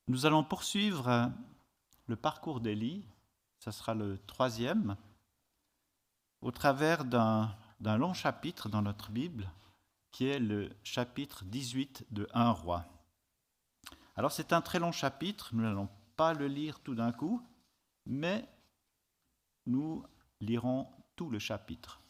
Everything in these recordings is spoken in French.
Nous allons poursuivre le parcours d'Élie, ce sera le 3e, au travers d'un long chapitre dans notre Bible, qui est le chapitre 18 de 1 Roi. Alors c'est un très long chapitre, nous n'allons pas le lire tout d'un coup, mais nous lirons tout le chapitre.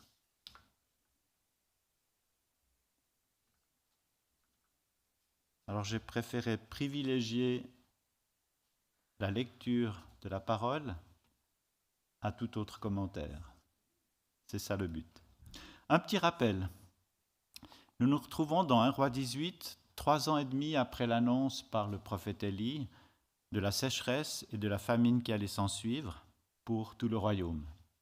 Alors j'ai préféré privilégier la lecture de la parole à tout autre commentaire. C'est ça le but. Un petit rappel. Nous nous retrouvons dans 1 Roi 18, 3 ans et demi après l'annonce par le prophète Élie de la sécheresse et de la famine qui allait s'ensuivre pour tout le royaume.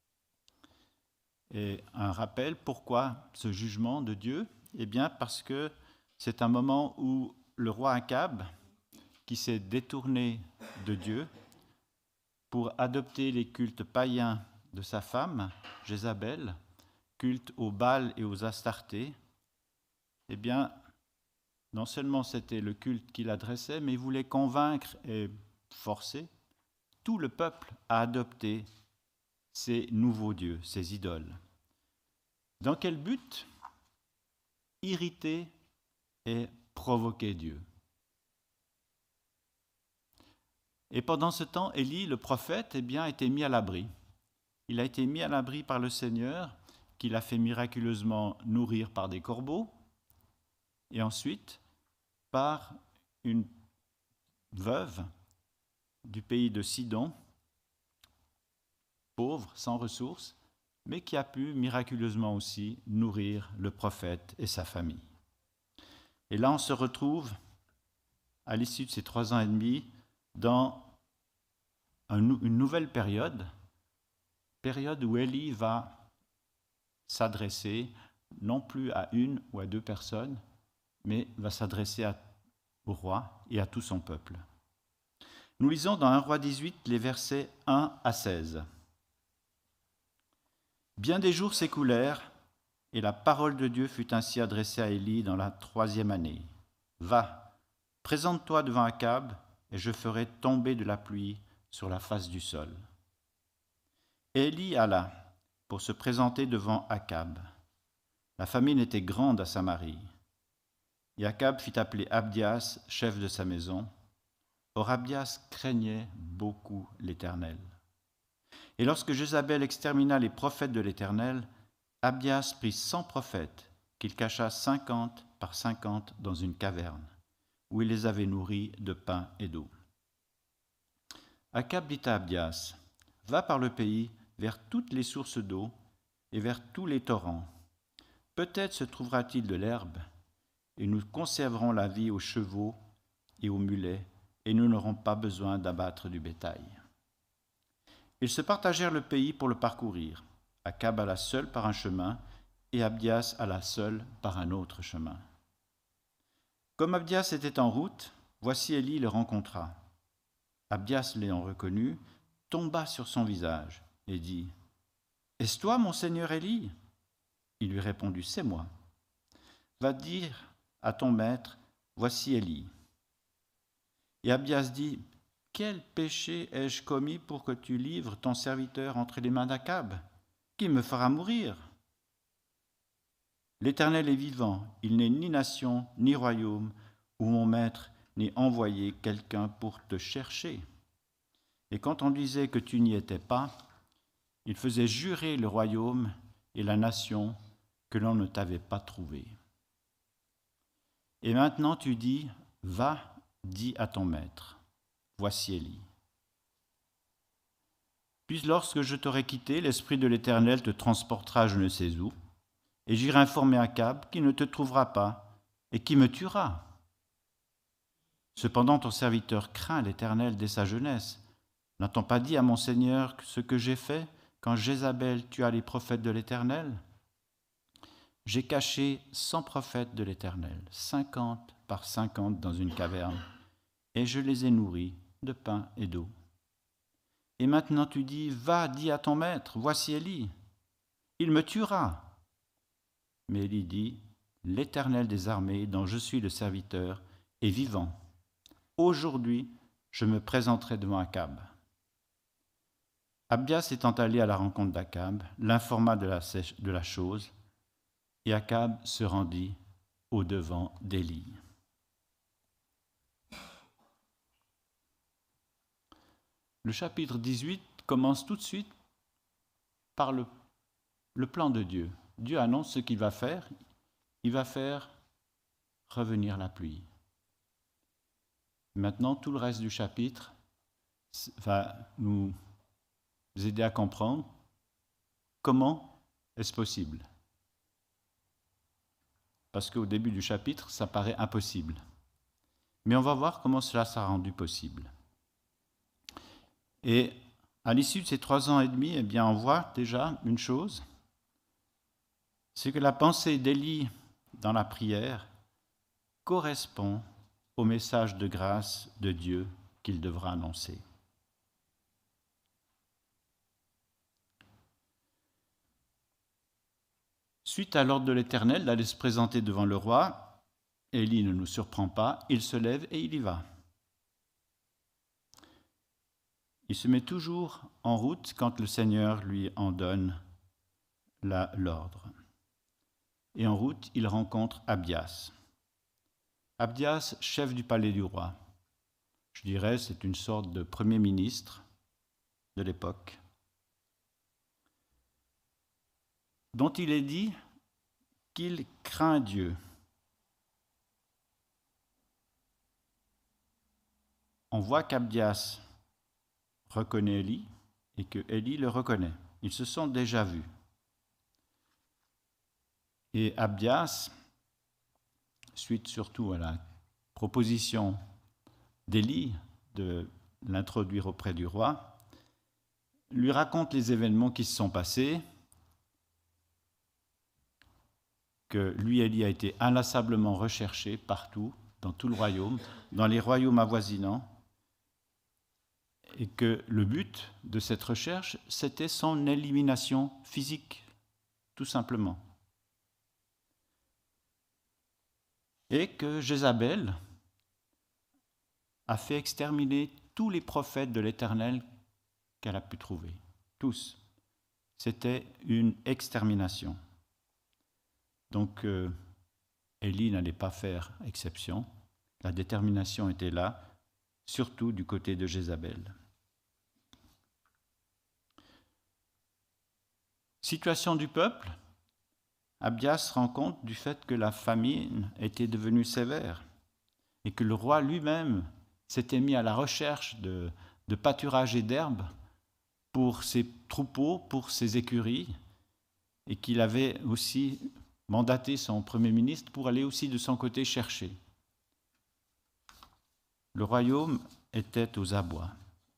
Et un rappel, pourquoi ce jugement de Dieu ? Eh bien parce que c'est un moment où le roi Akab, qui s'est détourné de Dieu pour adopter les cultes païens de sa femme, Jézabel, culte aux Baals et aux Astartés, eh bien, non seulement c'était le culte qu'il adressait, mais il voulait convaincre et forcer tout le peuple à adopter ces nouveaux dieux, ces idoles. Dans quel but ? Irriter et provoquer Dieu. Et pendant ce temps, Élie, le prophète, a été mis à l'abri. Il a été mis à l'abri par le Seigneur, qu'il a fait miraculeusement nourrir par des corbeaux, et ensuite par une veuve du pays de Sidon, pauvre, sans ressources, mais qui a pu miraculeusement aussi nourrir le prophète et sa famille. Et là, on se retrouve, à l'issue de ces 3 ans et demi, dans une nouvelle période où Élie va s'adresser non plus à une ou à 2 personnes, mais va s'adresser au roi et à tout son peuple. Nous lisons dans 1 Roi 18 les versets 1 à 16. Bien des jours s'écoulèrent, et la parole de Dieu fut ainsi adressée à Élie dans la 3e année. Va, présente-toi devant Akab, et je ferai tomber de la pluie sur la face du sol. Élie alla pour se présenter devant Akab. La famine était grande à Samarie. Et Akab fit appeler Abdias, chef de sa maison. Or Abdias craignait beaucoup l'Éternel. Et lorsque Jézabel extermina les prophètes de l'Éternel, Abdias prit 100 prophètes, qu'il cacha 50 par 50 dans une caverne, où il les avait nourris de pain et d'eau. Akab dit à Abdias, « Va par le pays vers toutes les sources d'eau et vers tous les torrents. Peut-être se trouvera-t-il de l'herbe, et nous conserverons la vie aux chevaux et aux mulets, et nous n'aurons pas besoin d'abattre du bétail. » Ils se partagèrent le pays pour le parcourir. Akab alla seul par un chemin, et Abdias alla seul par un autre chemin. Comme Abdias était en route, voici Élie le rencontra. Abdias, l'ayant reconnu, tomba sur son visage et dit, « Est-ce toi, mon seigneur Élie ?» Il lui répondit, « C'est moi. Va dire à ton maître, voici Élie. » Et Abdias dit, « Quel péché ai-je commis pour que tu livres ton serviteur entre les mains d'Akab ? Qui me fera mourir ? L'Éternel est vivant, il n'est ni nation, ni royaume, où mon maître n'ait envoyé quelqu'un pour te chercher. Et quand on disait que tu n'y étais pas, il faisait jurer le royaume et la nation que l'on ne t'avait pas trouvé. Et maintenant tu dis, va, dis à ton maître, voici Élie. Puis lorsque je t'aurai quitté, l'Esprit de l'Éternel te transportera je ne sais où, et j'irai informer Akab qui ne te trouvera pas et qui me tuera. Cependant ton serviteur craint l'Éternel dès sa jeunesse. N'a-t-on pas dit à mon Seigneur ce que j'ai fait quand Jézabel tua les prophètes de l'Éternel ? J'ai caché 100 prophètes de l'Éternel, 50 par 50 dans une caverne, et je les ai nourris de pain et d'eau. Et maintenant tu dis, va, dis à ton maître, voici Élie. Il me tuera. Mais Élie dit, l'Éternel des armées, dont je suis le serviteur, est vivant. Aujourd'hui, je me présenterai devant Akab. » Abdias étant allé à la rencontre d'Akab, l'informa de la chose, et Akab se rendit au-devant d'Élie. Le chapitre 18 commence tout de suite par le plan de Dieu. Dieu annonce ce qu'il va faire. Il va faire revenir la pluie. Maintenant, tout le reste du chapitre va nous aider à comprendre comment est-ce possible. Parce qu'au début du chapitre, ça paraît impossible. Mais on va voir comment cela sera rendu possible. Et à l'issue de ces 3 ans et demi, eh bien, on voit déjà une chose, c'est que la pensée d'Élie dans la prière correspond au message de grâce de Dieu qu'il devra annoncer. Suite à l'ordre de l'Éternel d'aller se présenter devant le roi, Élie ne nous surprend pas, il se lève et il y va. Il se met toujours en route quand le Seigneur lui en donne l'ordre. Et en route, il rencontre Abdias. Abdias, chef du palais du roi. Je dirais, c'est une sorte de premier ministre de l'époque, dont il est dit qu'il craint Dieu. On voit qu'Abdias reconnaît Élie et que Élie le reconnaît. Ils se sont déjà vus. Et Abdias, suite surtout à la proposition d'Élie de l'introduire auprès du roi, lui raconte les événements qui se sont passés, que lui, Élie, a été inlassablement recherché partout, dans tout le royaume, dans les royaumes avoisinants, et que le but de cette recherche, c'était son élimination physique, tout simplement. Et que Jézabel a fait exterminer tous les prophètes de l'Éternel qu'elle a pu trouver. Tous. C'était une extermination. Donc, Élie n'allait pas faire exception. La détermination était là, surtout du côté de Jézabel. Situation du peuple. Abdias se rend compte du fait que la famine était devenue sévère et que le roi lui-même s'était mis à la recherche de pâturage et d'herbes pour ses troupeaux, pour ses écuries, et qu'il avait aussi mandaté son premier ministre pour aller aussi de son côté chercher. Le royaume était aux abois.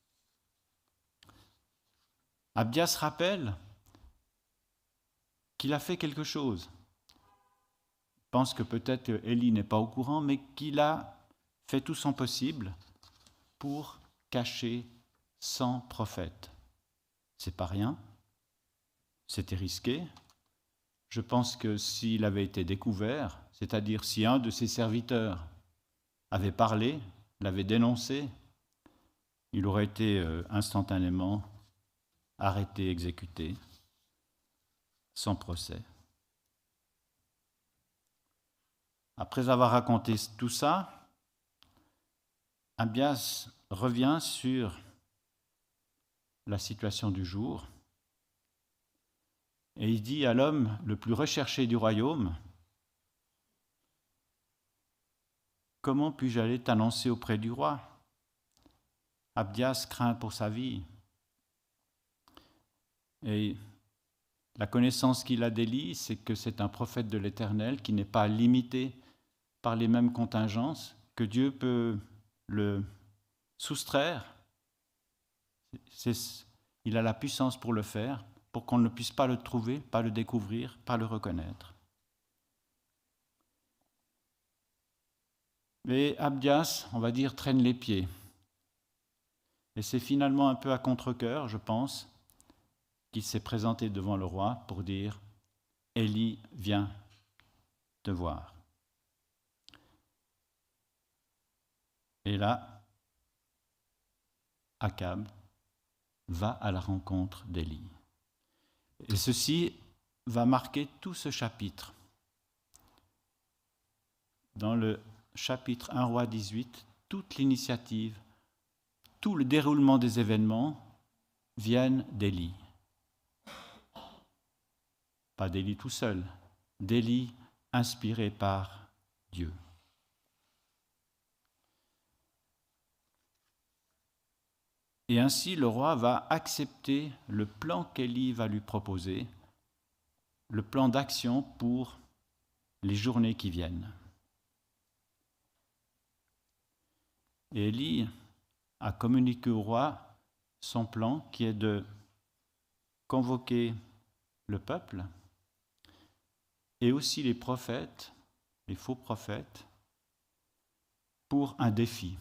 Abdias rappelle qu'il a fait quelque chose. Il pense que peut-être Élie n'est pas au courant, mais qu'il a fait tout son possible pour cacher 100 prophètes. C'est pas rien, c'était risqué. Je pense que s'il avait été découvert, c'est-à-dire si un de ses serviteurs avait parlé, l'avait dénoncé, il aurait été instantanément arrêté, exécuté, sans procès. Après avoir raconté tout ça, Abdias revient sur la situation du jour et il dit à l'homme le plus recherché du royaume: « Comment puis-je aller t'annoncer auprès du roi ?» Abdias craint pour sa vie. Et la connaissance qu'il a d'Élie, c'est que c'est un prophète de l'Éternel qui n'est pas limité par les mêmes contingences, que Dieu peut le soustraire. Il a la puissance pour le faire, pour qu'on ne puisse pas le trouver, pas le découvrir, pas le reconnaître. Mais Abdias, on va dire, traîne les pieds. Et c'est finalement un peu à contre-cœur, je pense, qu'il s'est présenté devant le roi pour dire « Élie vient te voir ». Et là, Akab va à la rencontre d'Élie. Et ceci va marquer tout ce chapitre. Dans le chapitre 1 roi 18, toute l'initiative, tout le déroulement des événements viennent d'Élie. Pas d'Élie tout seul, d'Élie inspiré par Dieu. Et ainsi, le roi va accepter le plan qu'Élie va lui proposer, le plan d'action pour les journées qui viennent. Et Élie a communiqué au roi son plan qui est de convoquer le peuple et aussi les prophètes, les faux prophètes, pour un défi.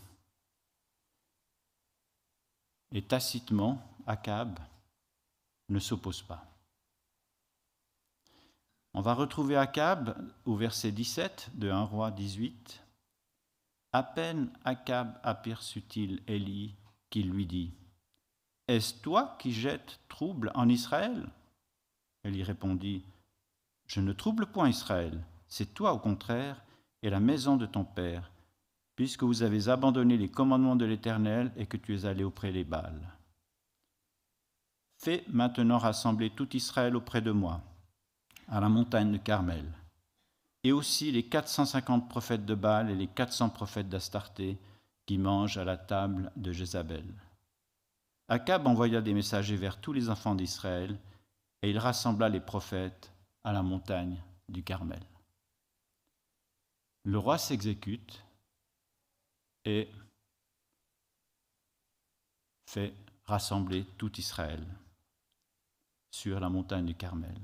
Et tacitement, Akab ne s'oppose pas. On va retrouver Akab au verset 17 de 1 roi 18. À peine Akab aperçut-il Élie qui lui dit « Est-ce toi qui jettes trouble en Israël ?» Élie répondit « Je ne trouble point Israël, c'est toi au contraire et la maison de ton père, puisque vous avez abandonné les commandements de l'Éternel et que tu es allé auprès des Baals. Fais maintenant rassembler tout Israël auprès de moi, à la montagne de Carmel, et aussi les 450 prophètes de Baal et les 400 prophètes d'Astarté qui mangent à la table de Jézabel. » Akab envoya des messagers vers tous les enfants d'Israël, et il rassembla les prophètes à la montagne du Carmel. Le roi s'exécute et fait rassembler tout Israël sur la montagne du Carmel.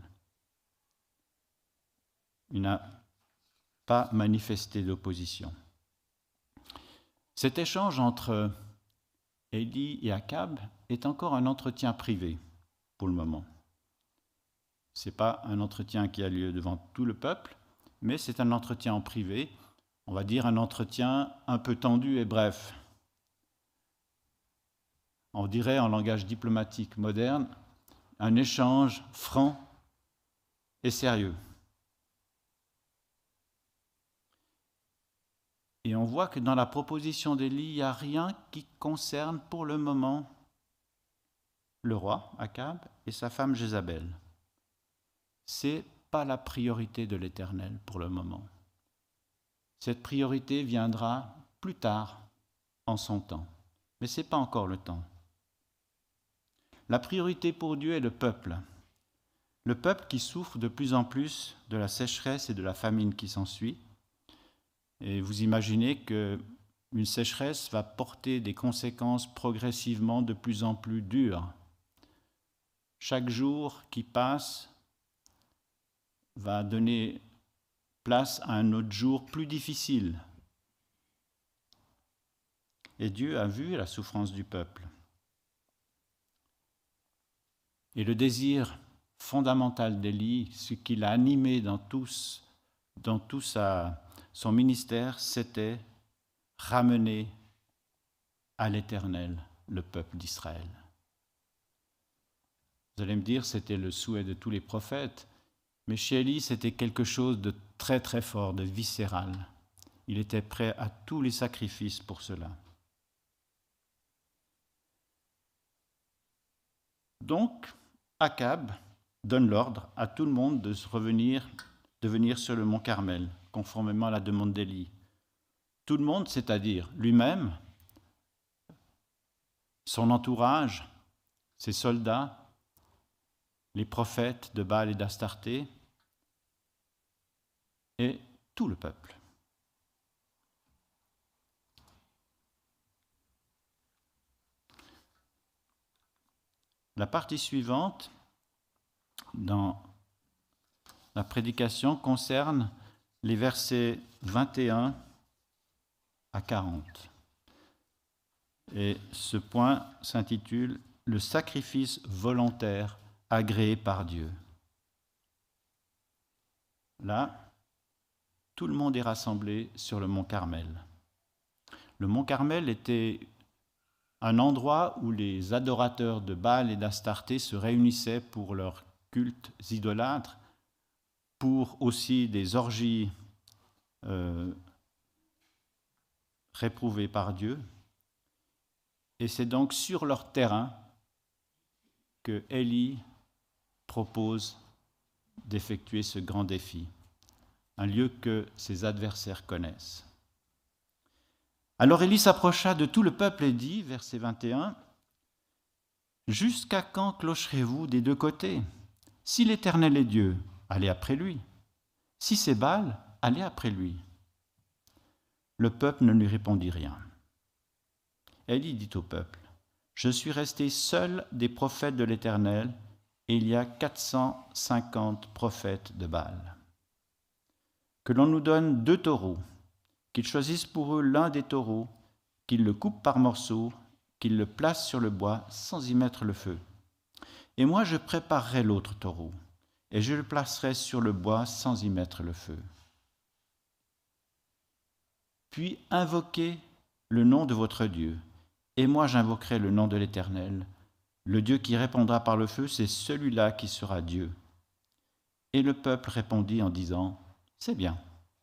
Il n'a pas manifesté d'opposition. Cet échange entre Élie et Akab est encore un entretien privé pour le moment. Ce n'est pas un entretien qui a lieu devant tout le peuple, mais c'est un entretien en privé, on va dire un entretien un peu tendu et bref. On dirait en langage diplomatique moderne, un échange franc et sérieux. Et on voit que dans la proposition d'Élie, il n'y a rien qui concerne pour le moment le roi Akab et sa femme Jézabel. Ce n'est pas la priorité de l'Éternel pour le moment. Cette priorité viendra plus tard en son temps, mais ce n'est pas encore le temps. La priorité pour Dieu est le peuple qui souffre de plus en plus de la sécheresse et de la famine qui s'ensuit. Et vous imaginez qu'une sécheresse va porter des conséquences progressivement de plus en plus dures. Chaque jour qui passe va donner place à un autre jour plus difficile. Et Dieu a vu la souffrance du peuple. Et le désir fondamental d'Élie, ce qui l'a animé dans tout son ministère, c'était ramener à l'Éternel le peuple d'Israël. Vous allez me dire, c'était le souhait de tous les prophètes, mais chez Élie, c'était quelque chose de très très fort, de viscéral. Il était prêt à tous les sacrifices pour cela. Donc, Akab donne l'ordre à tout le monde de venir sur le mont Carmel, conformément à la demande d'Élie. Tout le monde, c'est-à-dire lui-même, son entourage, ses soldats, les prophètes de Baal et d'Astarté, et tout le peuple. La partie suivante dans la prédication concerne les versets 21 à 40. Et ce point s'intitule « Le sacrifice volontaire agréé par Dieu ». Là, tout le monde est rassemblé sur le mont Carmel. Le mont Carmel était un endroit où les adorateurs de Baal et d'Astarté se réunissaient pour leurs cultes idolâtres, pour aussi des orgies réprouvées par Dieu. Et c'est donc sur leur terrain que Élie propose d'effectuer ce grand défi, un lieu que ses adversaires connaissent. Alors Élie s'approcha de tout le peuple et dit, verset 21, « Jusqu'à quand clocherez-vous des deux côtés? Si l'Éternel est Dieu, allez après lui. Si c'est Baal, allez après lui. » Le peuple ne lui répondit rien. Élie dit au peuple, « Je suis resté seul des prophètes de l'Éternel, et il y a 450 prophètes de Baal. Que l'on nous donne 2 taureaux, qu'ils choisissent pour eux l'un des taureaux, qu'ils le coupent par morceaux, qu'ils le placent sur le bois sans y mettre le feu. Et moi je préparerai l'autre taureau, et je le placerai sur le bois sans y mettre le feu. Puis invoquez le nom de votre Dieu, et moi j'invoquerai le nom de l'Éternel. Le Dieu qui répondra par le feu, c'est celui-là qui sera Dieu. » Et le peuple répondit en disant, « C'est bien. »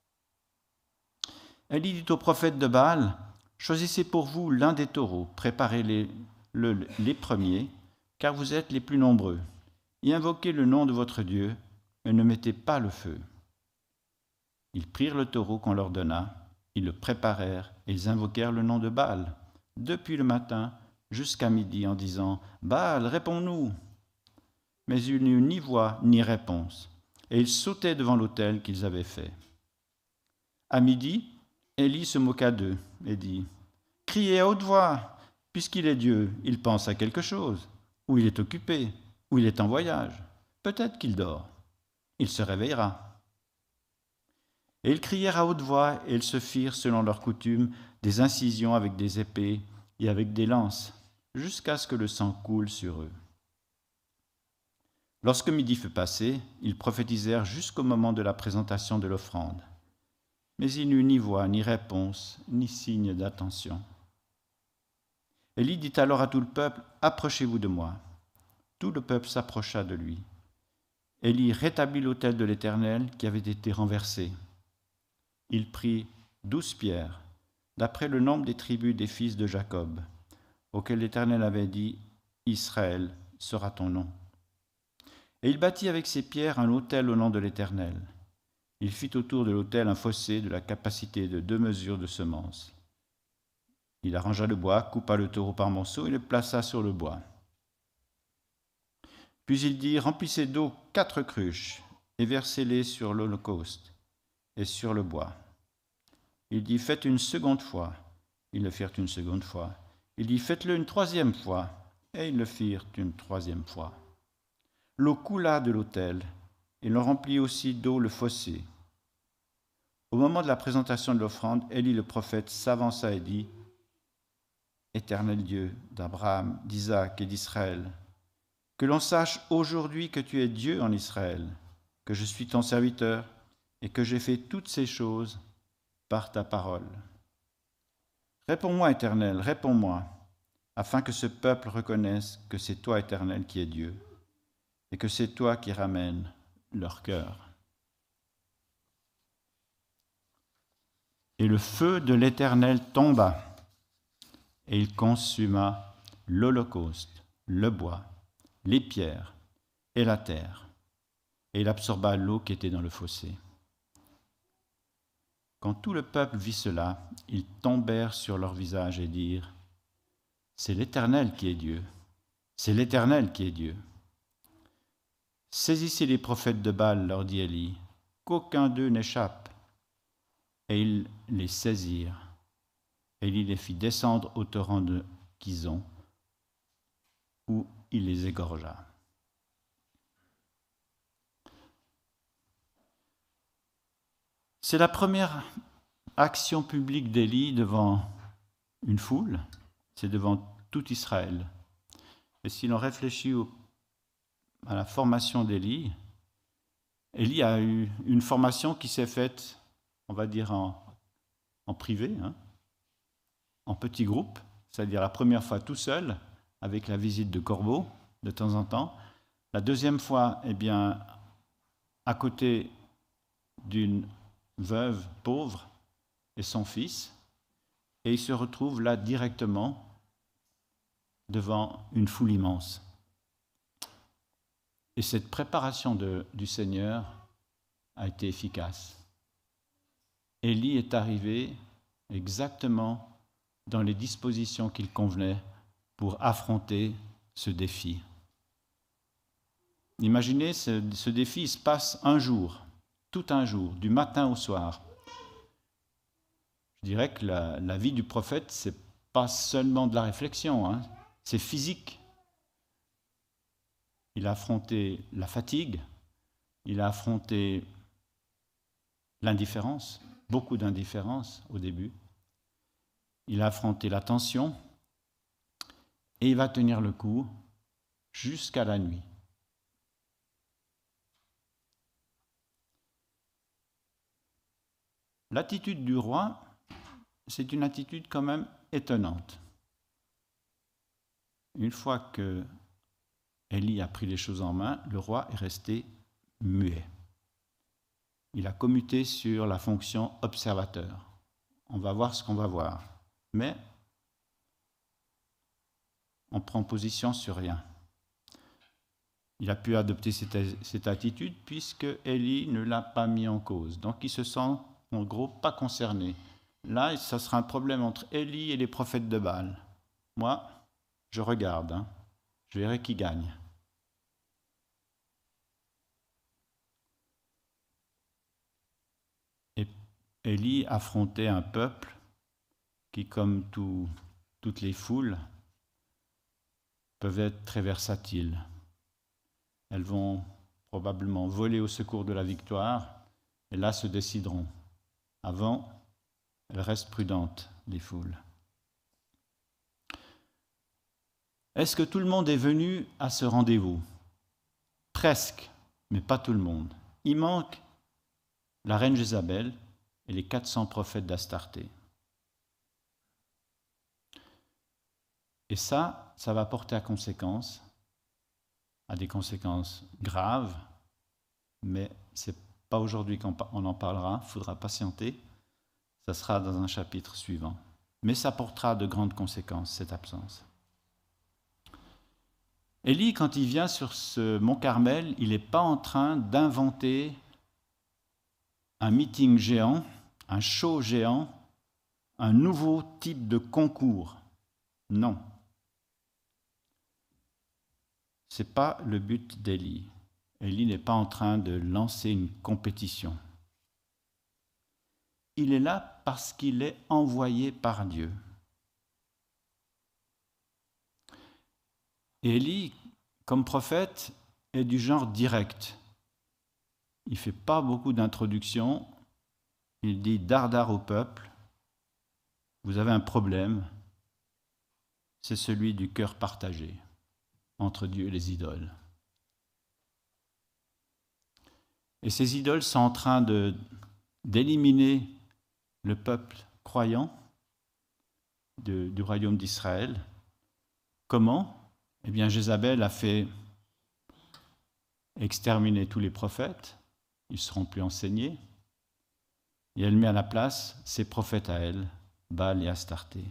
Élie dit aux prophètes de Baal, « Choisissez pour vous l'un des taureaux, préparez les premiers, car vous êtes les plus nombreux, et invoquez le nom de votre Dieu, et ne mettez pas le feu. » Ils prirent le taureau qu'on leur donna, ils le préparèrent, et ils invoquèrent le nom de Baal, depuis le matin jusqu'à midi, en disant, « Baal, réponds-nous » Mais il n'y eut ni voix ni réponse, et ils sautaient devant l'autel qu'ils avaient fait. À midi, Élie se moqua d'eux et dit, « Criez à haute voix, puisqu'il est Dieu, il pense à quelque chose, ou il est occupé, ou il est en voyage. Peut-être qu'il dort. Il se réveillera. » Et ils crièrent à haute voix, et ils se firent, selon leur coutume, des incisions avec des épées et avec des lances, jusqu'à ce que le sang coule sur eux. Lorsque midi fut passé, ils prophétisèrent jusqu'au moment de la présentation de l'offrande. Mais il n'y eut ni voix, ni réponse, ni signe d'attention. Élie dit alors à tout le peuple, « Approchez-vous de moi. » Tout le peuple s'approcha de lui. Élie rétablit l'autel de l'Éternel qui avait été renversé. Il prit 12 pierres, d'après le nombre des tribus des fils de Jacob, auquel l'Éternel avait dit, « Israël sera ton nom. » Et il bâtit avec ces pierres un autel au nom de l'Éternel. Il fit autour de l'autel un fossé de la capacité de 2 mesures de semences. Il arrangea le bois, coupa le taureau par morceaux et le plaça sur le bois. Puis il dit, « Remplissez d'eau 4 cruches et versez-les sur l'holocauste et sur le bois. » Il dit, « Faites une seconde fois. » Ils le firent une seconde fois. Il dit, « Faites-le une 3e fois. » Et ils le firent une 3e fois. L'eau coula de l'autel, et l'on remplit aussi d'eau le fossé. Au moment de la présentation de l'offrande, Élie le prophète s'avança et dit, « Éternel Dieu d'Abraham, d'Isaac et d'Israël, que l'on sache aujourd'hui que tu es Dieu en Israël, que je suis ton serviteur et que j'ai fait toutes ces choses par ta parole. Réponds-moi, Éternel, réponds-moi, afin que ce peuple reconnaisse que c'est toi, Éternel, qui es Dieu, et que c'est toi qui ramènes leur cœur. » Et le feu de l'Éternel tomba, et il consuma l'holocauste, le bois, les pierres et la terre, et il absorba l'eau qui était dans le fossé. Quand tout le peuple vit cela, ils tombèrent sur leur visage et dirent, « C'est l'Éternel qui est Dieu, c'est l'Éternel qui est Dieu. » « Saisissez les prophètes de Baal, leur dit Élie, qu'aucun d'eux n'échappe. » Et ils les saisirent. Élie les fit descendre au torrent de Kison, où il les égorgea. C'est la première action publique d'Élie devant une foule, c'est devant tout Israël. Et si l'on réfléchit à la formation d'Élie, Élie a eu une formation qui s'est faite, on va dire, en privé, en petits groupes, c'est-à-dire la première fois tout seul, avec la visite de corbeaux de temps en temps. La deuxième fois, eh bien, à côté d'une veuve pauvre et son fils, et il se retrouve là directement devant une foule immense. Et cette préparation du Seigneur a été efficace. Élie est arrivé exactement dans les dispositions qu'il convenait pour affronter ce défi. Imaginez, ce défi se passe un jour, tout un jour, du matin au soir. Je dirais que la vie du prophète, ce n'est pas seulement de la réflexion, hein, c'est physique. Il a affronté la fatigue, il a affronté l'indifférence, beaucoup d'indifférence au début. Il a affronté la tension et il va tenir le coup jusqu'à la nuit. L'attitude du roi, c'est une attitude quand même étonnante. Une fois que Élie a pris les choses en main, le roi est resté muet. Il a commuté sur la fonction observateur. On va voir ce qu'on va voir. Mais on prend position sur rien. Il a pu adopter cette attitude puisque Élie ne l'a pas mis en cause. Donc il se sent en gros pas concerné. Là, ça sera un problème entre Élie et les prophètes de Baal. Moi, je regarde, hein. Je verrai qui gagne. Et Élie affrontait un peuple qui, comme toutes les foules, peuvent être très versatiles. Elles vont probablement voler au secours de la victoire et là se décideront. Avant, elles restent prudentes, les foules. Est-ce que tout le monde est venu à ce rendez-vous? Presque, mais pas tout le monde. Il manque la reine Jézabel et les 400 prophètes d'Astarté. Et ça va porter à des conséquences graves, mais ce n'est pas aujourd'hui qu'on en parlera, il faudra patienter, ça sera dans un chapitre suivant. Mais ça portera de grandes conséquences, cette absence. Élie, quand il vient sur ce mont Carmel, il n'est pas en train d'inventer un meeting géant, un show géant, un nouveau type de concours. Non. Ce n'est pas le but d'Élie. Élie n'est pas en train de lancer une compétition. Il est là parce qu'il est envoyé par Dieu. Et Élie, comme prophète, est du genre direct. Il ne fait pas beaucoup d'introductions. Il dit dardard au peuple, vous avez un problème, c'est celui du cœur partagé entre Dieu et les idoles. Et ces idoles sont en train d'éliminer le peuple croyant du royaume d'Israël. Comment ? Eh bien, Jézabel a fait exterminer tous les prophètes, ils ne seront plus enseignés, et elle met à la place ses prophètes à elle, Baal et Astarté.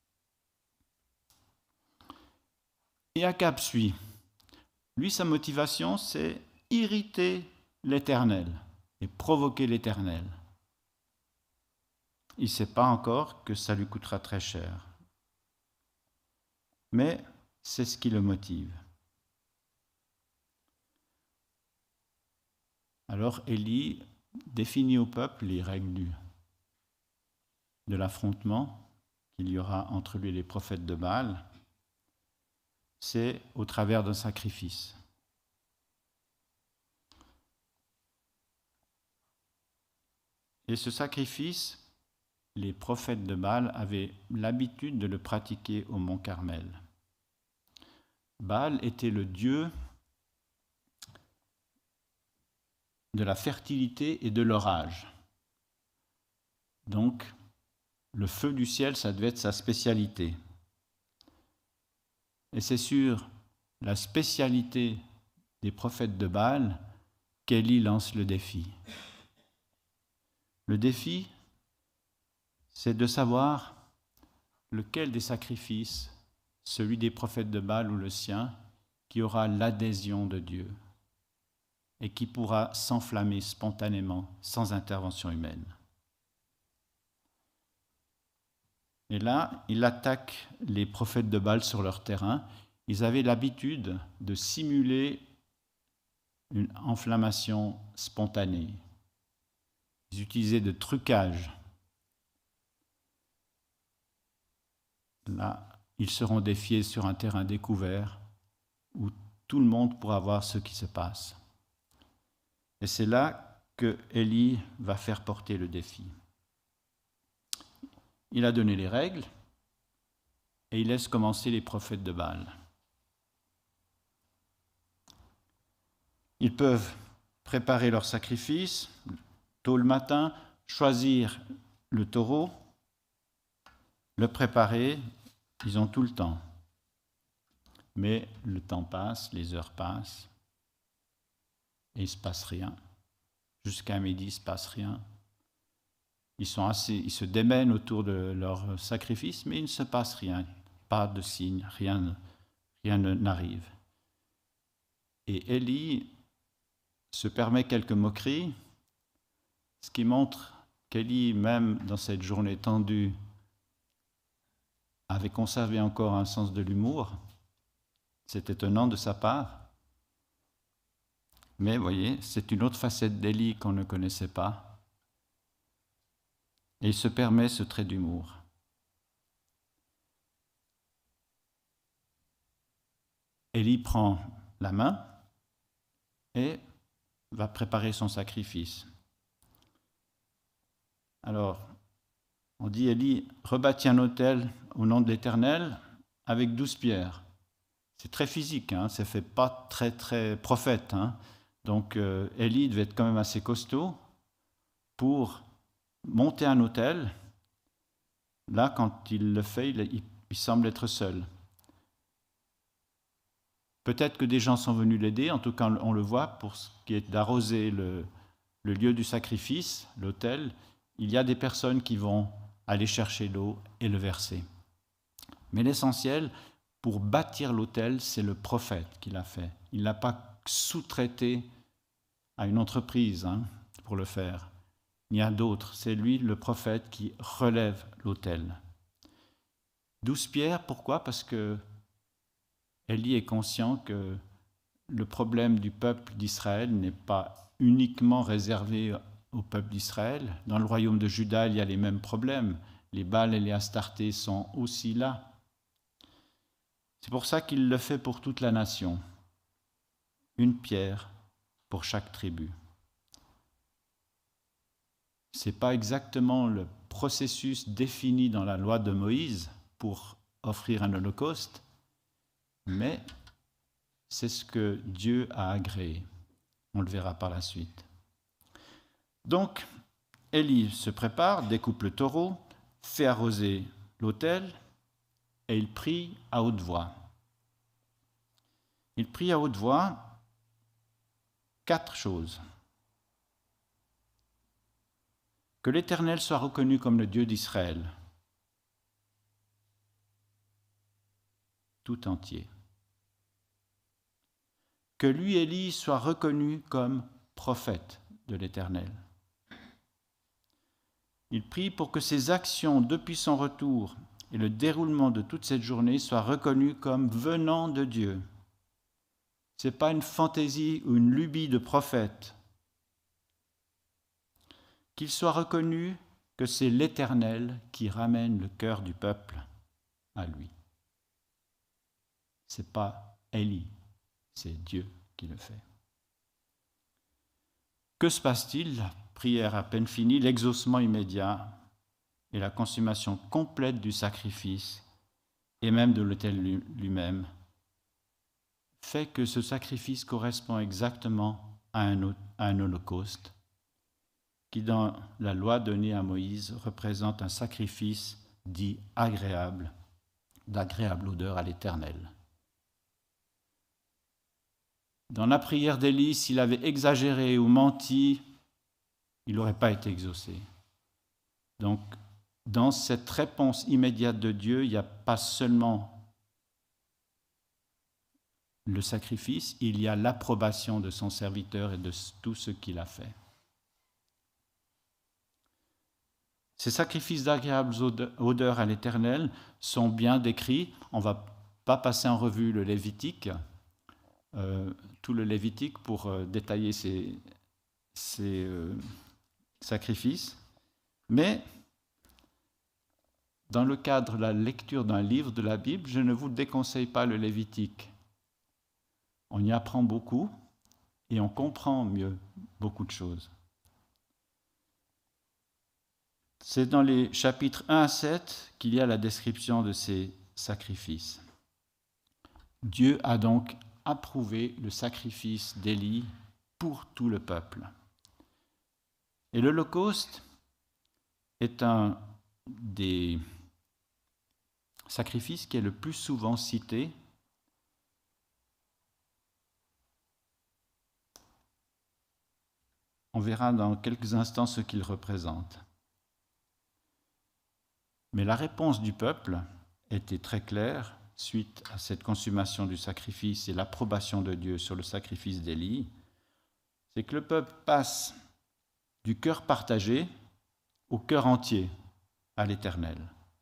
Et Akab suit. Lui, sa motivation, c'est irriter l'Éternel et provoquer l'Éternel. Il ne sait pas encore que ça lui coûtera très cher. Mais c'est ce qui le motive. Alors Élie définit au peuple les règles de l'affrontement qu'il y aura entre lui et les prophètes de Baal. C'est au travers d'un sacrifice. Et ce sacrifice, les prophètes de Baal avaient l'habitude de le pratiquer au mont Carmel. Baal était le dieu de la fertilité et de l'orage. Donc, le feu du ciel, ça devait être sa spécialité. Et c'est sur la spécialité des prophètes de Baal qu'Élie lance le défi. Le défi, c'est de savoir lequel des sacrifices, celui des prophètes de Baal ou le sien, qui aura l'adhésion de Dieu et qui pourra s'enflammer spontanément, sans intervention humaine. Et là, il attaque les prophètes de Baal sur leur terrain. Ils avaient l'habitude de simuler une inflammation spontanée. Ils utilisaient de trucages. Là, ils seront défiés sur un terrain découvert où tout le monde pourra voir ce qui se passe. Et c'est là que Élie va faire porter le défi. Il a donné les règles et il laisse commencer les prophètes de Baal. Ils peuvent préparer leur sacrifice tôt le matin, choisir le taureau, le préparer, ils ont tout le temps. Mais le temps passe, les heures passent, et il ne se passe rien. Jusqu'à midi, il ne se passe rien. Ils se démènent autour de leur sacrifice, mais il ne se passe rien. Pas de signe, rien n'arrive. Et Élie se permet quelques moqueries, ce qui montre qu'Élie, même dans cette journée tendue, avait conservé encore un sens de l'humour. C'est étonnant de sa part. Mais vous voyez, c'est une autre facette d'Élie qu'on ne connaissait pas. Et il se permet ce trait d'humour. Élie prend la main et va préparer son sacrifice. Alors, on dit Élie rebâtit un autel au nom de l'Éternel avec 12 pierres. C'est très physique, hein, ça ne fait pas très prophète. Hein. Donc Élie devait être quand même assez costaud pour monter un autel. Là, quand il le fait, il semble être seul. Peut-être que des gens sont venus l'aider, en tout cas on le voit, pour ce qui est d'arroser le lieu du sacrifice, l'autel, il y a des personnes qui vont aller chercher l'eau et le verser. Mais l'essentiel, pour bâtir l'autel, c'est le prophète qui l'a fait. Il ne l'a pas sous-traité à une entreprise pour le faire. Il y a d'autres, c'est lui, le prophète, qui relève l'autel. 12 pierres, pourquoi ? Parce que Élie est conscient que le problème du peuple d'Israël n'est pas uniquement réservé au peuple d'Israël. Dans le royaume de Juda, il y a les mêmes problèmes. Les Baals et les Astartés sont aussi là. C'est pour ça qu'il le fait pour toute la nation. Une pierre pour chaque tribu. Ce n'est pas exactement le processus défini dans la loi de Moïse pour offrir un holocauste, mais c'est ce que Dieu a agréé. On le verra par la suite. Donc, Élie se prépare, découpe le taureau, fait arroser l'autel et il prie à haute voix. Il prie à haute voix 4 choses. Que l'Éternel soit reconnu comme le Dieu d'Israël, tout entier. Que lui, Élie, soit reconnu comme prophète de l'Éternel. Il prie pour que ses actions depuis son retour et le déroulement de toute cette journée soient reconnus comme venant de Dieu. Ce n'est pas une fantaisie ou une lubie de prophète. Qu'il soit reconnu que c'est l'Éternel qui ramène le cœur du peuple à lui. Ce n'est pas Élie, c'est Dieu qui le fait. Que se passe-t-il ? La prière à peine finie, l'exaucement immédiat et la consommation complète du sacrifice et même de l'autel lui-même fait que ce sacrifice correspond exactement à un holocauste qui, dans la loi donnée à Moïse, représente un sacrifice dit agréable, d'agréable odeur à l'Éternel. Dans la prière d'Élie, s'il avait exagéré ou menti, il n'aurait pas été exaucé. Donc, dans cette réponse immédiate de Dieu, il n'y a pas seulement le sacrifice, il y a l'approbation de son serviteur et de tout ce qu'il a fait. Ces sacrifices d'agréables odeurs à l'Éternel sont bien décrits. On ne va pas passer en revue le Lévitique, tout le Lévitique pour détailler ces sacrifices. Mais dans le cadre de la lecture d'un livre de la Bible, je ne vous déconseille pas le Lévitique. On y apprend beaucoup et on comprend mieux beaucoup de choses. C'est dans les chapitres 1 à 7 qu'il y a la description de ces sacrifices. Dieu a donc approuvé le sacrifice d'Élie pour tout le peuple. Et l'Holocauste est un des sacrifices qui est le plus souvent cité. On verra dans quelques instants ce qu'il représente. Mais la réponse du peuple était très claire suite à cette consommation du sacrifice et l'approbation de Dieu sur le sacrifice d'Élie. C'est que le peuple passe du cœur partagé au cœur entier à l'Éternel.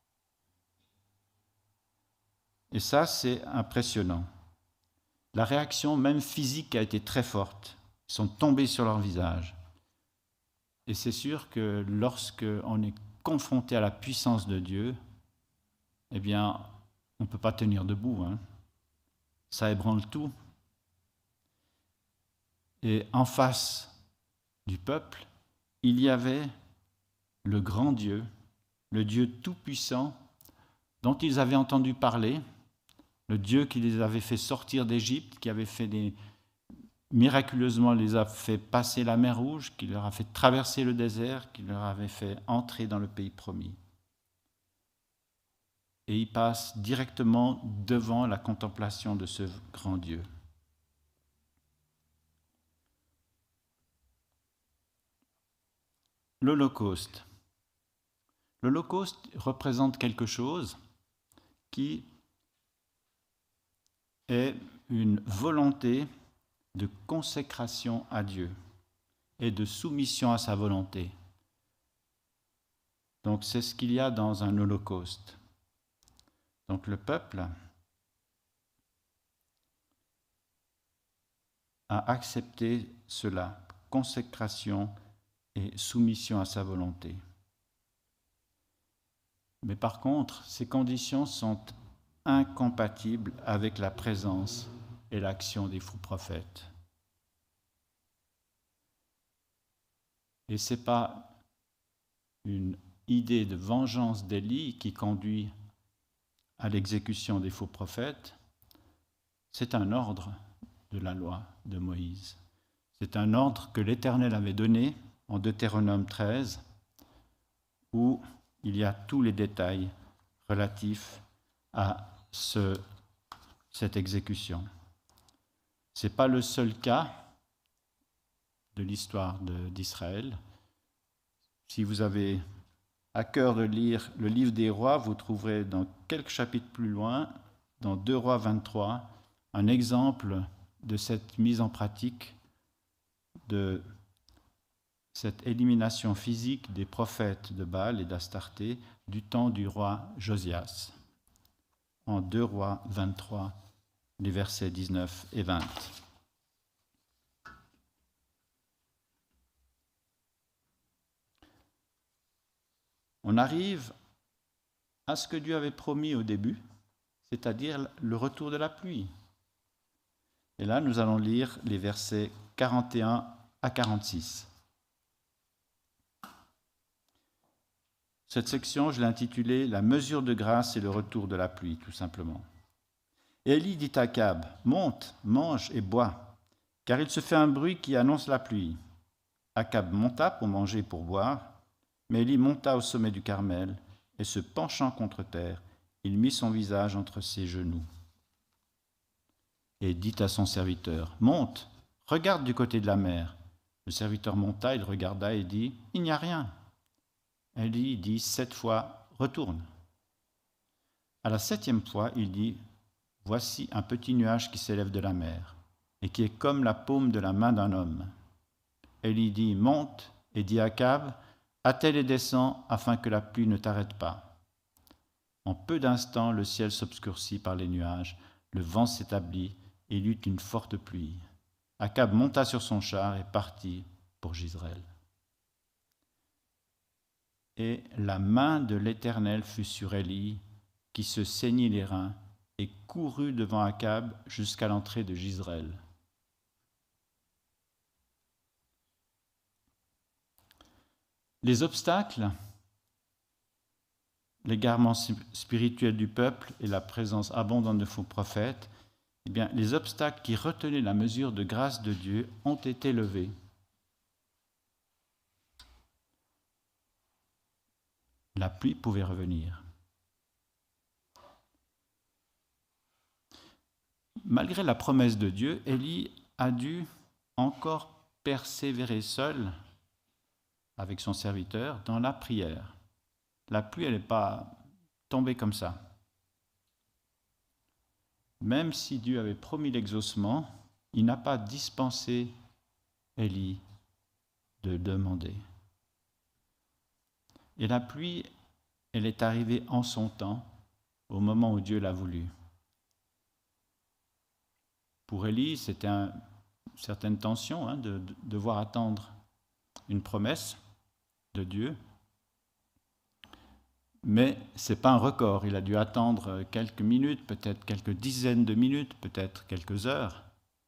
Et ça, c'est impressionnant. La réaction, même physique, a été très forte. Ils sont tombés sur leur visage. Et c'est sûr que lorsque on est confronté à la puissance de Dieu, eh bien, on ne peut pas tenir debout. Ça ébranle tout. Et en face du peuple, il y avait le grand Dieu, le Dieu tout-puissant, dont ils avaient entendu parler, le Dieu qui les avait fait sortir d'Égypte, qui avait fait miraculeusement les a fait passer la mer Rouge, qui leur a fait traverser le désert, qui leur avait fait entrer dans le pays promis. Et ils passent directement devant la contemplation de ce grand Dieu. L'Holocauste. L'Holocauste représente quelque chose qui est une volonté de consécration à Dieu et de soumission à sa volonté. Donc c'est ce qu'il y a dans un holocauste. Donc le peuple a accepté cela, consécration et soumission à sa volonté. Mais par contre, ces conditions sont incompatibles avec la présence et l'action des faux prophètes. Et ce n'est pas une idée de vengeance d'Élie qui conduit à l'exécution des faux prophètes, c'est un ordre de la loi de Moïse. C'est un ordre que l'Éternel avait donné en Deutéronome 13, où il y a tous les détails relatifs à cette exécution. Ce n'est pas le seul cas de l'histoire d'Israël. Si vous avez à cœur de lire le livre des rois, vous trouverez dans quelques chapitres plus loin, dans 2 Rois 23, un exemple de cette mise en pratique de cette élimination physique des prophètes de Baal et d'Astarté du temps du roi Josias, en 2 Rois 23, les versets 19 et 20. On arrive à ce que Dieu avait promis au début, c'est-à-dire le retour de la pluie. Et là, nous allons lire les versets 41 à 46. Cette section, je l'ai intitulée « La mesure de grâce et le retour de la pluie », tout simplement. Et Élie dit à Akab, « Monte, mange et bois, car il se fait un bruit qui annonce la pluie. » Akab monta pour manger et pour boire, mais Élie monta au sommet du Carmel, et se penchant contre terre, il mit son visage entre ses genoux. et dit à son serviteur, « Monte, regarde du côté de la mer. » Le serviteur monta, il regarda et dit, « Il n'y a rien. » Élie dit 7 fois, « Retourne. » À la 7e fois, il dit, « Voici un petit nuage qui s'élève de la mer, et qui est comme la paume de la main d'un homme. » Élie dit, « Monte, et dit à Akab, attelle et descends, afin que la pluie ne t'arrête pas. » En peu d'instants, le ciel s'obscurcit par les nuages, le vent s'établit, et il y eut une forte pluie. Akab monta sur son char et partit pour Jizréel. Et la main de l'Éternel fut sur Élie, qui se saignit les reins, et courut devant Akab jusqu'à l'entrée de Jizréel. Les obstacles, l'égarement spirituel du peuple et la présence abondante de faux prophètes, eh bien, les obstacles qui retenaient la mesure de grâce de Dieu ont été levés. La pluie pouvait revenir. Malgré la promesse de Dieu, Élie a dû encore persévérer seul avec son serviteur dans la prière. La pluie, elle n'est pas tombée comme ça. Même si Dieu avait promis l'exaucement, il n'a pas dispensé Élie de demander. Et la pluie, elle est arrivée en son temps, au moment où Dieu l'a voulu. Pour Élie, c'était une certaine tension de devoir attendre une promesse de Dieu. Mais ce n'est pas un record. Il a dû attendre quelques minutes, peut-être quelques dizaines de minutes, peut-être quelques heures.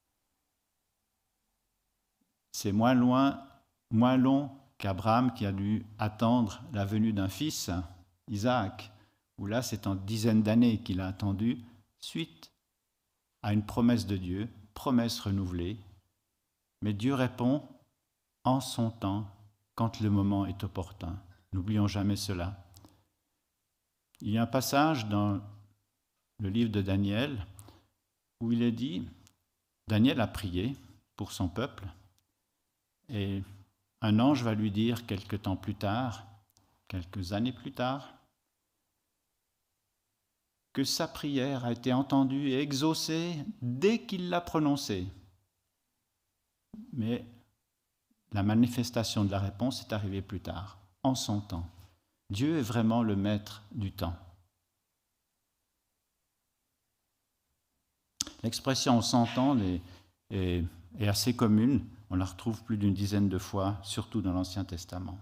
C'est moins long qu'Abraham qui a dû attendre la venue d'un fils, Isaac, où là c'est en dizaines d'années qu'il a attendu, suite à une promesse de Dieu, promesse renouvelée. Mais Dieu répond en son temps, quand le moment est opportun. N'oublions jamais cela. Il y a un passage dans le livre de Daniel où il est dit, Daniel a prié pour son peuple et un ange va lui dire quelque temps plus tard, quelques années plus tard, que sa prière a été entendue et exaucée dès qu'il l'a prononcée. Mais la manifestation de la réponse est arrivée plus tard, en son temps. Dieu est vraiment le maître du temps. L'expression « en son temps » est assez commune. On la retrouve plus d'une dizaine de fois, surtout dans l'Ancien Testament.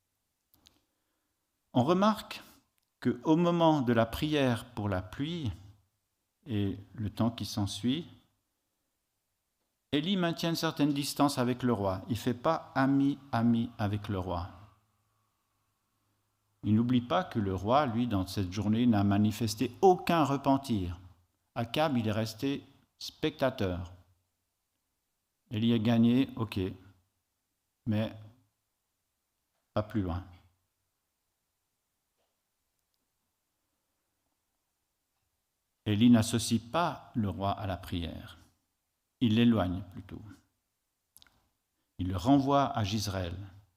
On remarque qu'au moment de la prière pour la pluie et le temps qui s'ensuit, Élie maintient une certaine distance avec le roi. Il ne fait pas ami avec le roi. Il n'oublie pas que le roi, lui, dans cette journée, n'a manifesté aucun repentir. Akab, il est resté spectateur. Élie a gagné, ok, mais pas plus loin. Élie n'associe pas le roi à la prière. Il l'éloigne plutôt. Il le renvoie à Jizréel.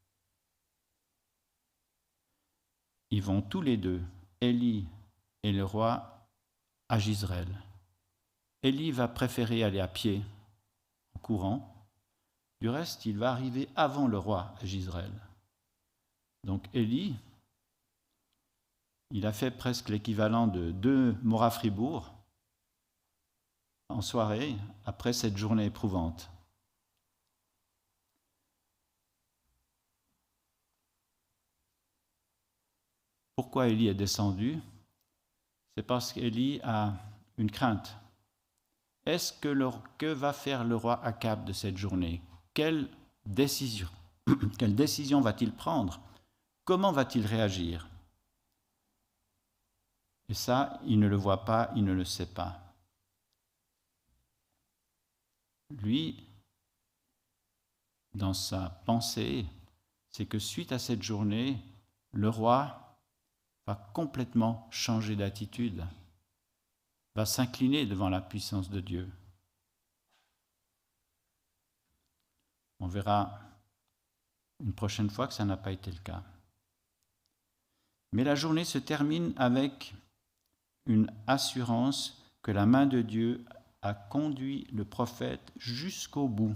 Ils vont tous les deux, Élie et le roi, à Jizréel. Élie va préférer aller à pied, en courant. Du reste, il va arriver avant le roi à Jizréel. Donc Élie, il a fait presque l'équivalent de 2 Mora-Fribourg en soirée, après cette journée éprouvante. Pourquoi Élie est descendu? C'est parce qu'Élie a une crainte. Que va faire le roi Akab de cette journée? Quelle décision va-t-il prendre? Comment va-t-il réagir? Et ça, il ne le voit pas, il ne le sait pas. Lui, dans sa pensée, c'est que suite à cette journée, le roi va complètement changer d'attitude, va s'incliner devant la puissance de Dieu. On verra une prochaine fois que ça n'a pas été le cas. Mais la journée se termine avec une assurance que la main de Dieu a conduit le prophète jusqu'au bout.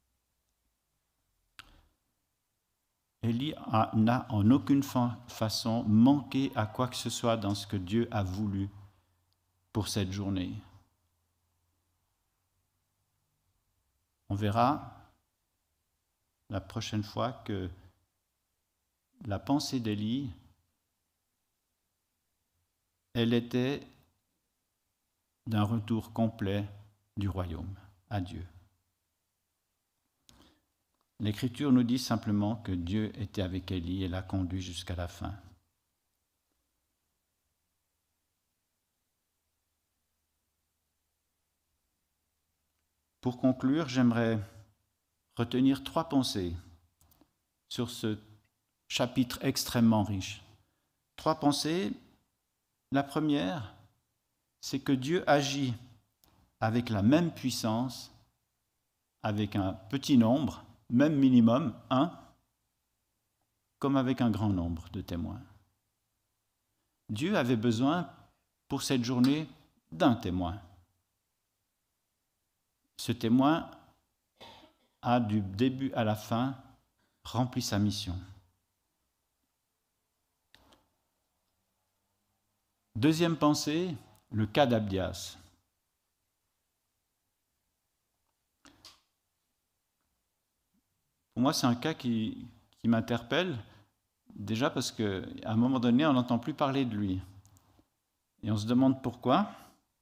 Élie n'a en aucune façon manqué à quoi que ce soit dans ce que Dieu a voulu pour cette journée. On verra la prochaine fois que la pensée d'Élie, elle était d'un retour complet du royaume à Dieu. L'Écriture nous dit simplement que Dieu était avec Élie et l'a conduit jusqu'à la fin. Pour conclure, j'aimerais retenir 3 pensées sur ce chapitre extrêmement riche. 3 pensées. La première, c'est que Dieu agit avec la même puissance, avec un petit nombre, même minimum, 1, comme avec un grand nombre de témoins. Dieu avait besoin, pour cette journée, d'un témoin. Ce témoin a, du début à la fin, rempli sa mission. Deuxième pensée, le cas d'Abdias. Pour moi, c'est un cas qui m'interpelle, déjà parce qu'à un moment donné, on n'entend plus parler de lui. Et on se demande pourquoi.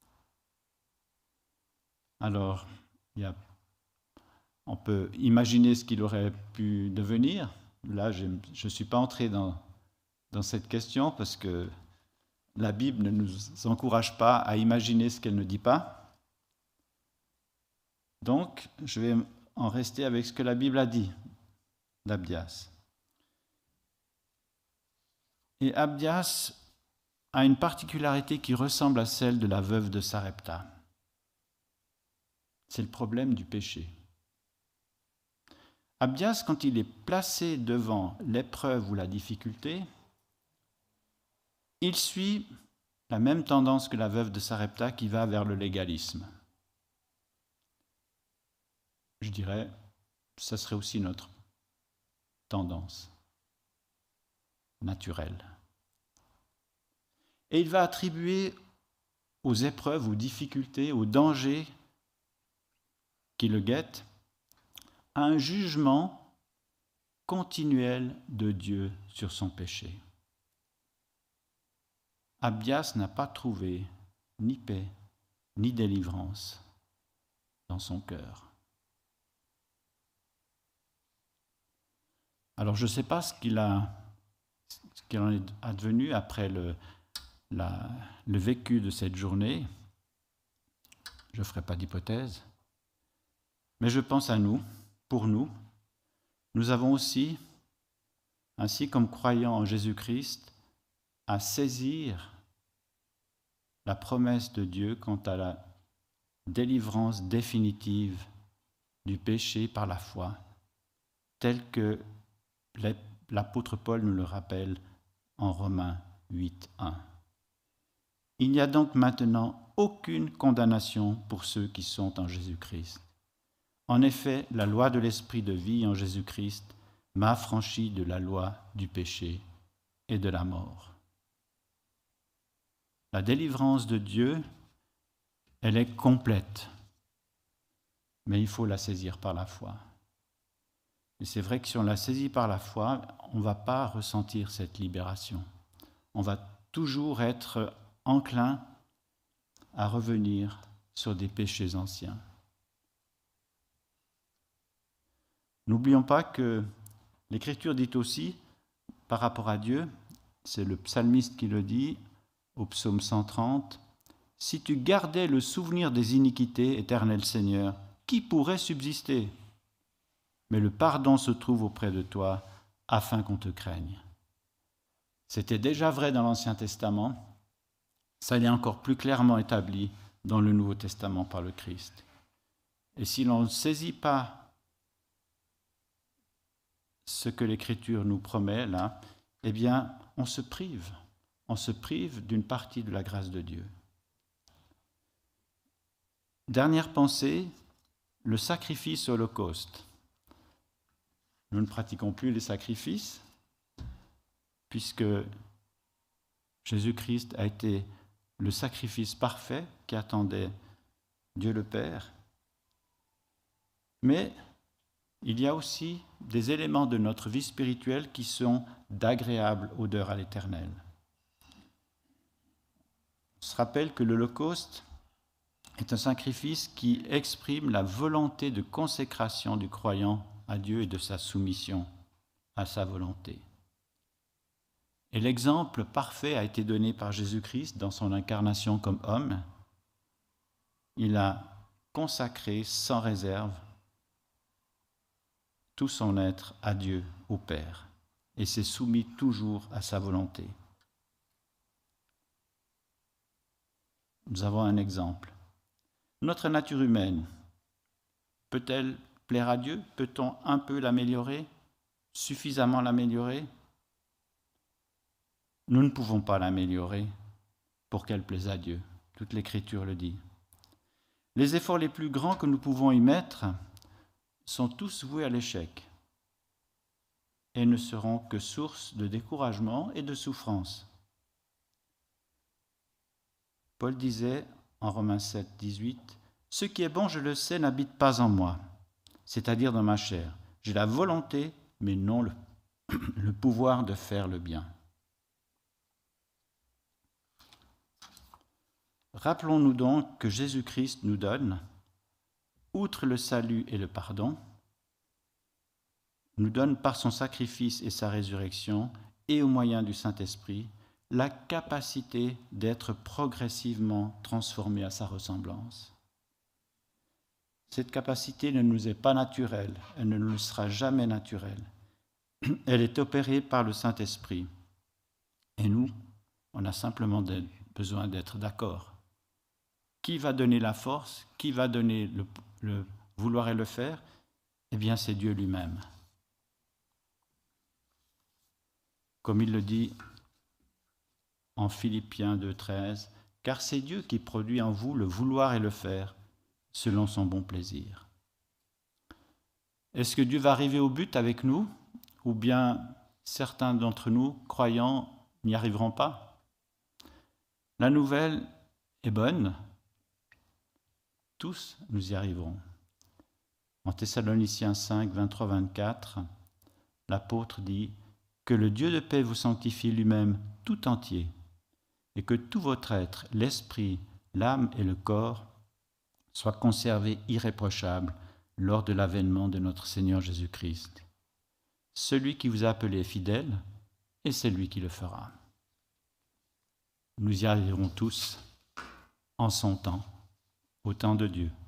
Alors, on peut imaginer ce qu'il aurait pu devenir. Là, je ne suis pas entré dans cette question parce que la Bible ne nous encourage pas à imaginer ce qu'elle ne dit pas. Donc, je vais en rester avec ce que la Bible a dit d'Abdias. Et Abdias a une particularité qui ressemble à celle de la veuve de Sarepta. C'est le problème du péché. Abdias, quand il est placé devant l'épreuve ou la difficulté, il suit la même tendance que la veuve de Sarepta qui va vers le légalisme. Je dirais, ça serait aussi notre tendance naturelle. Et il va attribuer aux épreuves, aux difficultés, aux dangers qui le guettent, un jugement continuel de Dieu sur son péché. Abdias n'a pas trouvé ni paix, ni délivrance dans son cœur. Alors je ne sais pas ce qu'il en est advenu après le vécu de cette journée. Je ne ferai pas d'hypothèse. Mais je pense à nous, pour nous. Nous avons aussi, ainsi comme croyants en Jésus-Christ, à saisir la promesse de Dieu quant à la délivrance définitive du péché par la foi, telle que l'apôtre Paul nous le rappelle en Romains 8:1. Il n'y a donc maintenant aucune condamnation pour ceux qui sont en Jésus-Christ. En effet, la loi de l'esprit de vie en Jésus-Christ m'a affranchi de la loi du péché et de la mort. La délivrance de Dieu, elle est complète, mais il faut la saisir par la foi. Et c'est vrai que si on la saisit par la foi, on ne va pas ressentir cette libération. On va toujours être enclin à revenir sur des péchés anciens. N'oublions pas que l'Écriture dit aussi, par rapport à Dieu, c'est le psalmiste qui le dit, au psaume 130, « Si tu gardais le souvenir des iniquités, éternel Seigneur, qui pourrait subsister ? Mais le pardon se trouve auprès de toi, afin qu'on te craigne. » C'était déjà vrai dans l'Ancien Testament, ça l'est encore plus clairement établi dans le Nouveau Testament par le Christ. Et si l'on ne saisit pas ce que l'Écriture nous promet là, eh bien, on se prive d'une partie de la grâce de Dieu. Dernière pensée, le sacrifice holocauste. Nous ne pratiquons plus les sacrifices, puisque Jésus-Christ a été le sacrifice parfait qu'attendait Dieu le Père. Mais il y a aussi des éléments de notre vie spirituelle qui sont d'agréable odeur à l'Éternel. On se rappelle que l'Holocauste est un sacrifice qui exprime la volonté de consécration du croyant à Dieu et de sa soumission à sa volonté. Et l'exemple parfait a été donné par Jésus-Christ dans son incarnation comme homme. Il a consacré sans réserve tout son être à Dieu, au Père, et s'est soumis toujours à sa volonté. Nous avons un exemple. Notre nature humaine, peut-elle plaire à Dieu? Peut-on un peu l'améliorer? Suffisamment l'améliorer? Nous ne pouvons pas l'améliorer pour qu'elle plaise à Dieu. Toute l'Écriture le dit. Les efforts les plus grands que nous pouvons y mettre sont tous voués à l'échec et ne seront que source de découragement et de souffrance. Paul disait en Romains 7, 18, « Ce qui est bon, je le sais, n'habite pas en moi, c'est-à-dire dans ma chair. J'ai la volonté, mais non le pouvoir de faire le bien. » Rappelons-nous donc que Jésus-Christ nous donne, outre le salut et le pardon, nous donne par son sacrifice et sa résurrection, et au moyen du Saint-Esprit, la capacité d'être progressivement transformés à sa ressemblance. Cette capacité ne nous est pas naturelle, elle ne nous sera jamais naturelle. Elle est opérée par le Saint-Esprit. Et nous, on a simplement besoin d'être d'accord. Qui va donner la force? Qui va donner le vouloir et le faire? Eh bien, c'est Dieu lui-même. Comme il le dit en Philippiens 2,13, « Car c'est Dieu qui produit en vous le vouloir et le faire, selon son bon plaisir. » Est-ce que Dieu va arriver au but avec nous? Ou bien certains d'entre nous, croyants, n'y arriveront pas? La nouvelle est bonne. Tous nous y arriverons. En Thessaloniciens 5, 23-24, l'apôtre dit « Que le Dieu de paix vous sanctifie lui-même tout entier, et que tout votre être, l'esprit, l'âme et le corps, soient conservés irréprochables lors de l'avènement de notre Seigneur Jésus-Christ. Celui qui vous a appelé est fidèle, et c'est lui qui le fera. » Nous y arriverons tous en son temps, au temps de Dieu.